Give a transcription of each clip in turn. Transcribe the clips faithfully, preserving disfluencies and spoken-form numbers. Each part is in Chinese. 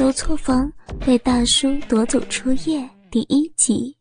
走错房被大叔夺走初夜第一集。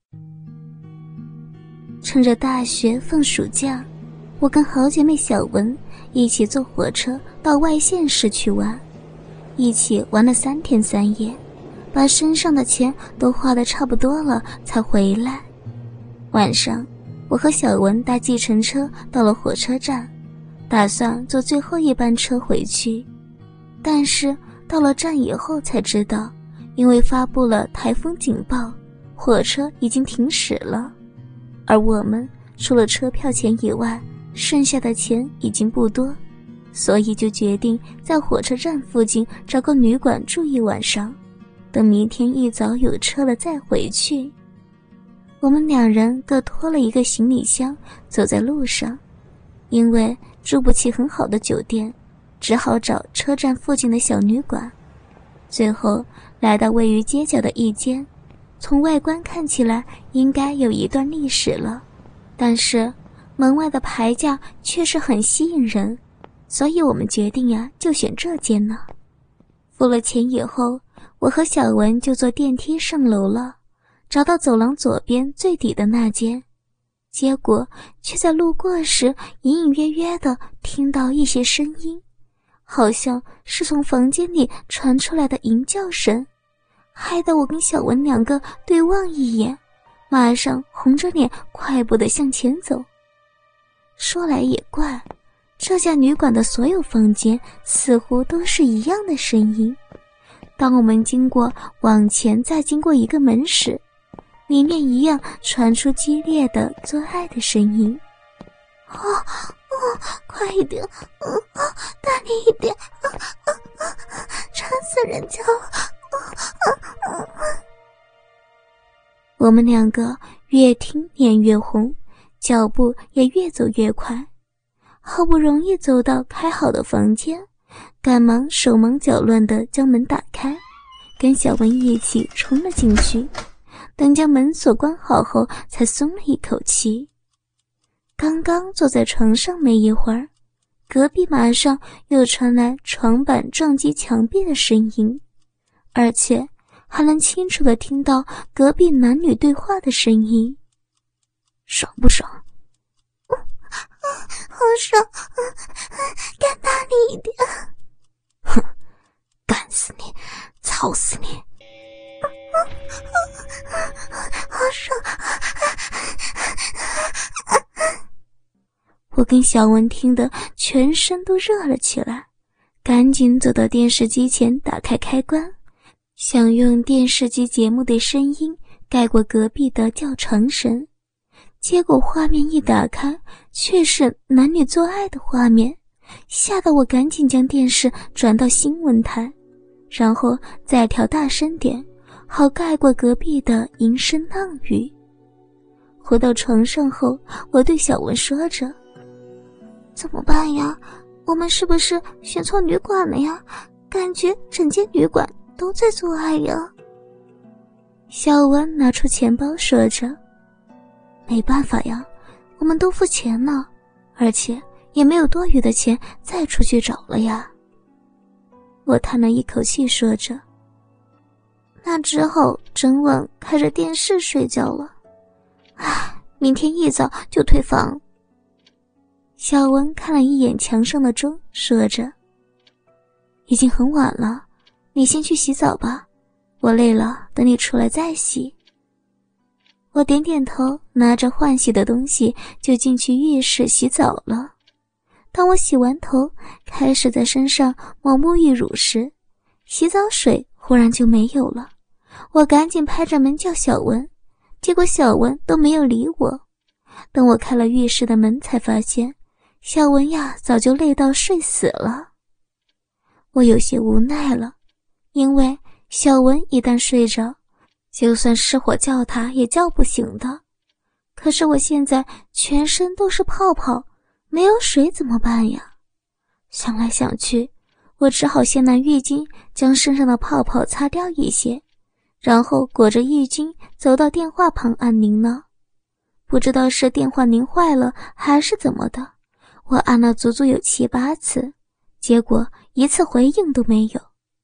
趁着大学放暑假，我跟好姐妹小文一起坐火车到外县市去玩，一起玩了三天三夜，把身上的钱都花得差不多了才回来。晚上我和小文搭计程车到了火车站，打算坐最后一班车回去，但是到了站以后才知道，因为发布了台风警报，火车已经停驶了，而我们除了车票钱以外，剩下的钱已经不多，所以就决定在火车站附近找个旅馆住一晚上，等明天一早有车了再回去。我们两人各拖了一个行李箱，走在路上，因为住不起很好的酒店，只好找车站附近的小旅馆。最后来到位于街角的一间，从外观看起来应该有一段历史了，但是门外的牌价却是很吸引人，所以我们决定呀，就选这间呢。付了钱以后，我和小文就坐电梯上楼了，找到走廊左边最底的那间，结果却在路过时隐隐约约地听到一些声音，好像是从房间里传出来的吟叫声，害得我跟小文两个对望一眼，马上红着脸快步地向前走。说来也怪，这家旅馆的所有房间似乎都是一样的声音。当我们经过往前再经过一个门时，里面一样传出激烈的做爱的声音。哦哦，快一点，嗯、哦、大力一点，啊啊啊，馋死人家了，啊啊啊！我们两个越听脸越红，脚步也越走越快，好不容易走到开好的房间，赶忙手忙脚乱地将门打开，跟小文一起冲了进去。等将门锁关好后，才松了一口气。刚刚坐在床上没一会儿，隔壁马上又传来床板撞击墙壁的声音，而且还能清楚地听到隔壁男女对话的声音。爽不爽？嗯嗯、好爽、嗯嗯、干大力一点。 哼，干死你，操死你。 好爽！我跟小文听得全身都热了起来，赶紧走到电视机前打开开关，想用电视机节目的声音盖过隔壁的叫床声。结果画面一打开，却是男女做爱的画面，吓得我赶紧将电视转到新闻台，然后再调大声点，好盖过隔壁的淫声浪语。回到床上后，我对小文说着：怎么办呀？我们是不是选错旅馆了呀？感觉整间旅馆都在做爱呀。小文拿出钱包说着：没办法呀，我们都付钱了，而且也没有多余的钱再出去找了呀。我叹了一口气说着：那之后整晚开着电视睡觉了，唉，明天一早就退房。小文看了一眼墙上的钟，说着：已经很晚了，你先去洗澡吧，我累了等你出来再洗。我点点头，拿着换洗的东西就进去浴室洗澡了。当我洗完头，开始在身上抹沐浴乳时，洗澡水忽然就没有了。我赶紧拍着门叫小文，结果小文都没有理我。等我开了浴室的门，才发现小文呀早就累到睡死了。我有些无奈了，因为小文一旦睡着，就算失火叫他也叫不醒的。可是我现在全身都是泡泡，没有水怎么办呀？想来想去，我只好先拿浴巾将身上的泡泡擦掉一些，然后裹着浴巾走到电话旁按铃了。不知道是电话铃坏了还是怎么的，我按了足足有七八次，结果一次回应都没有。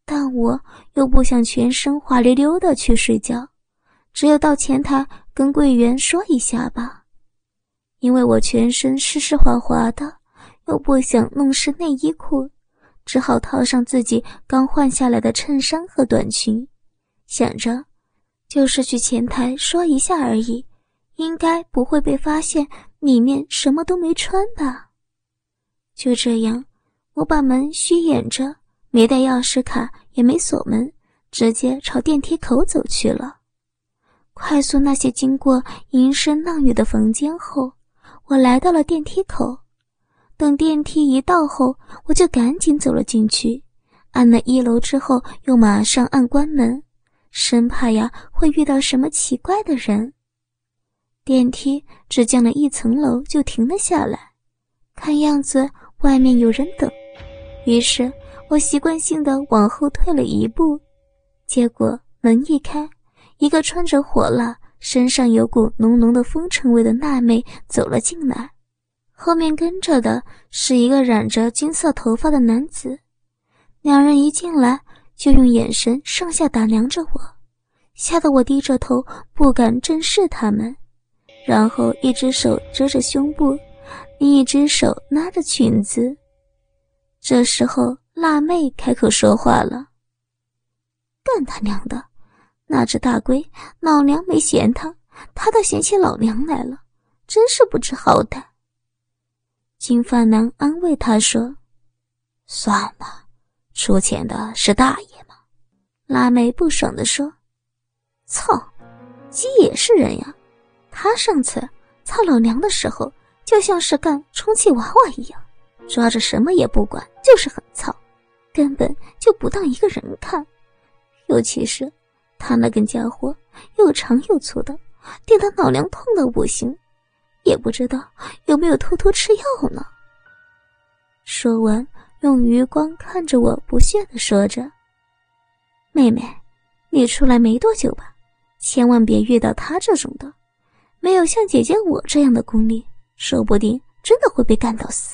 但我又不想全身滑溜溜的去睡觉，只有到前台跟柜员说一下吧。因为我全身湿湿滑滑的，又不想弄湿内衣裤，只好套上自己刚换下来的衬衫和短裙，想着就是去前台说一下而已，应该不会被发现里面什么都没穿吧。就这样，我把门虚掩着，没带钥匙卡也没锁门，直接朝电梯口走去了。快速那些经过银声浪语的房间后，我来到了电梯口。等电梯一到后，我就赶紧走了进去，按了一楼之后又马上按关门，生怕呀会遇到什么奇怪的人。电梯只降了一层楼就停了下来，看样子外面有人等，于是我习惯性的往后退了一步，结果门一开，一个穿着火辣、身上有股浓浓的风尘味的辣妹走了进来，后面跟着的是一个染着金色头发的男子。两人一进来就用眼神上下打量着我，吓得我低着头不敢正视他们，然后一只手遮着胸部，另一只手拉着裙子。这时候辣妹开口说话了：干他娘的，那只大龟老娘没嫌他，他倒嫌弃老娘来了，真是不知好歹。金发男安慰他说：算了，出钱的是大爷嘛。辣妹不爽地说：操，鸡也是人呀，他上次操老娘的时候就像是干充气娃娃一样，抓着什么也不管，就是很操，根本就不当一个人看。尤其是他那根家伙又长又粗的，电得老娘痛到不行，也不知道有没有偷偷吃药呢。说完用余光看着我，不屑地说着：妹妹，你出来没多久吧，千万别遇到他这种的，没有像姐姐我这样的功力，说不定真的会被干到死。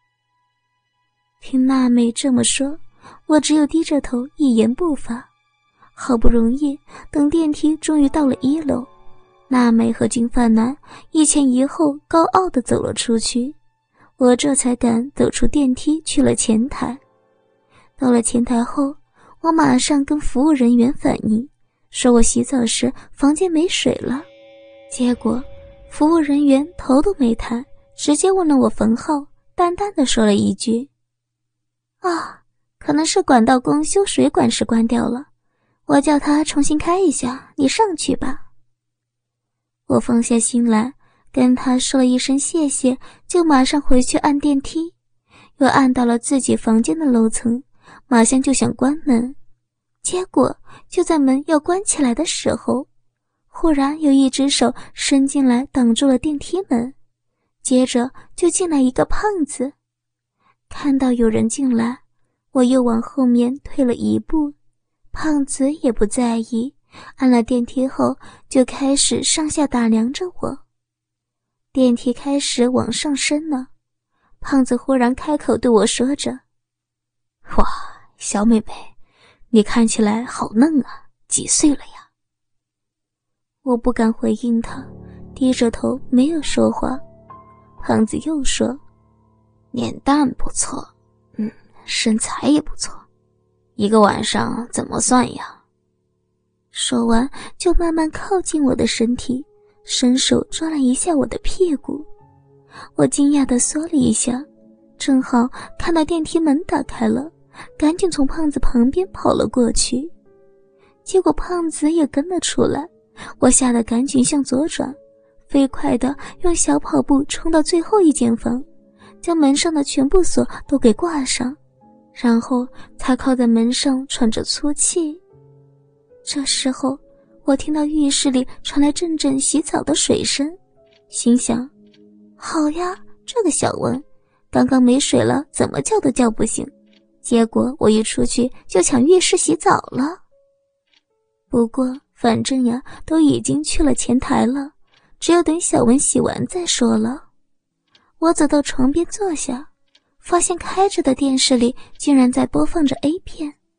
听辣妹这么说，我只有低着头一言不发。好不容易等电梯终于到了一楼，辣妹和金发男一前一后高傲地走了出去，我这才敢走出电梯去了前台。到了前台后，我马上跟服务人员反映，说我洗澡时房间没水了。结果服务人员头都没抬，直接问了我房号，淡淡地说了一句：啊，可能是管道工修水管时关掉了，我叫他重新开一下，你上去吧。我放下心来，跟他说了一声谢谢，就马上回去按电梯，又按到了自己房间的楼层，马上就想关门。结果就在门要关起来的时候，忽然有一只手伸进来挡住了电梯门，接着就进来一个胖子。看到有人进来，我又往后面退了一步，胖子也不在意，按了电梯后就开始上下打量着我。电梯开始往上升了，胖子忽然开口对我说着：哇，小妹妹，你看起来好嫩啊，几岁了呀？我不敢回应他，低着头没有说话。胖子又说：脸蛋不错，嗯，身材也不错，一个晚上怎么算呀？说完就慢慢靠近我的身体，伸手抓了一下我的屁股。我惊讶地缩了一下，正好看到电梯门打开了，赶紧从胖子旁边跑了过去。结果胖子也跟了出来，我吓得赶紧向左转，飞快地用小跑步冲到最后一间房，将门上的全部锁都给挂上，然后才靠在门上喘着粗气。这时候我听到浴室里传来阵阵洗澡的水声，心想：好呀，这个小文刚刚没水了，怎么叫都叫不醒，结果我一出去就抢浴室洗澡了。不过反正呀都已经去了前台了，只有等小文洗完再说了。我走到床边坐下，发现开着的电视里竟然在播放着 A 片，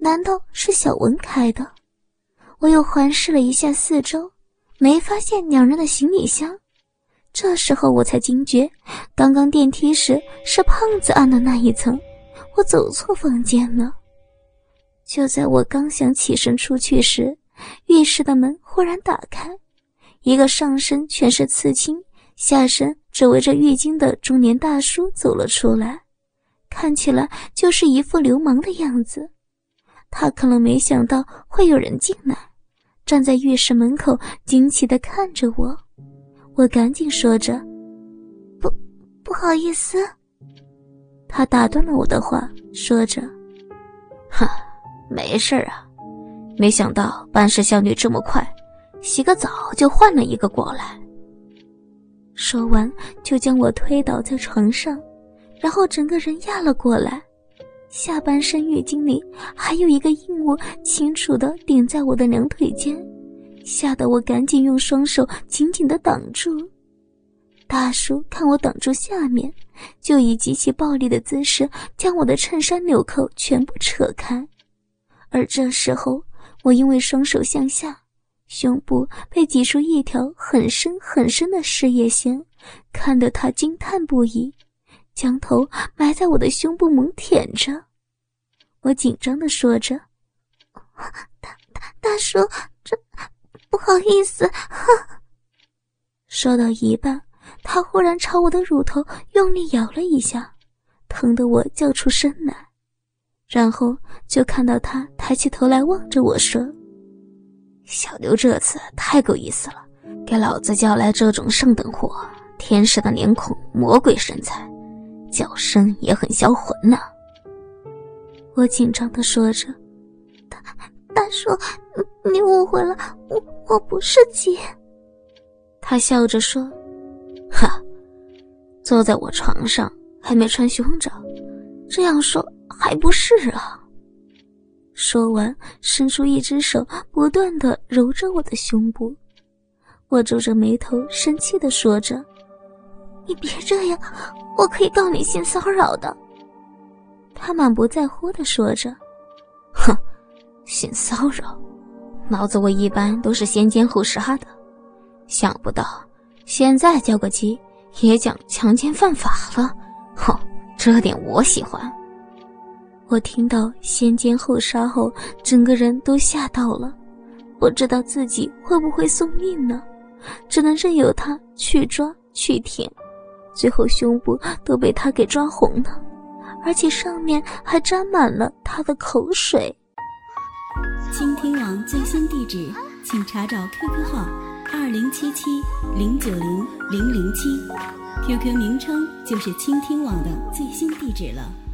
难道是小文开的？我又环视了一下四周，没发现两人的行李箱。这时候我才惊觉，刚刚电梯时是胖子按的那一层，我走错房间了。就在我刚想起身出去时，浴室的门忽然打开，一个上身全是刺青，下身只围着浴巾的中年大叔走了出来，看起来就是一副流氓的样子。他可能没想到会有人进来，站在浴室门口惊奇地看着我。我赶紧说着，不不好意思。他打断了我的话，说着， 哼，没事啊，没想到办事效率这么快，洗个澡就换了一个过来。 说完就将我推倒在床上，然后整个人压了过来，下半身浴巾里还有一个硬物清楚地顶在我的两腿间，吓得我赶紧用双手紧紧地挡住。大叔看我挡住下面，就以极其暴力的姿势将我的衬衫纽扣全部扯开。而这时候我因为双手向下，胸部被挤出一条很深很深的事业线，看得他惊叹不已，将头埋在我的胸部猛舔着。我紧张地说着，大大大叔，这不好意思。说到一半，他忽然朝我的乳头用力咬了一下，疼得我叫出声来，然后就看到他抬起头来望着我说， 小刘这次太够意思了，给老子叫来这种上等货，天使的脸孔，魔鬼身材，叫声也很销魂呢、啊。 我紧张地说着，大大叔，你误会了，我我不是鸡。他笑着说， 哈，坐在我床上还没穿胸罩，这样说还不是啊。 说完伸出一只手不断地揉着我的胸部。我皱着眉头生气地说着，你别这样，我可以告你性骚扰的。他满不在乎地说着， 哼，性骚扰，老子我一般都是先奸后杀的，想不到现在叫个鸡也讲强奸犯法了，哼，这点我喜欢。 我听到先奸后杀后，整个人都吓到了，不知道自己会不会送命呢，只能任由他去抓去舔，最后胸部都被他给抓红了，而且上面还沾满了他的口水。 倾听网最新地址，请查找 Q Q 号二零七七零九零零零七 ，Q Q 名称就是倾听网的最新地址了。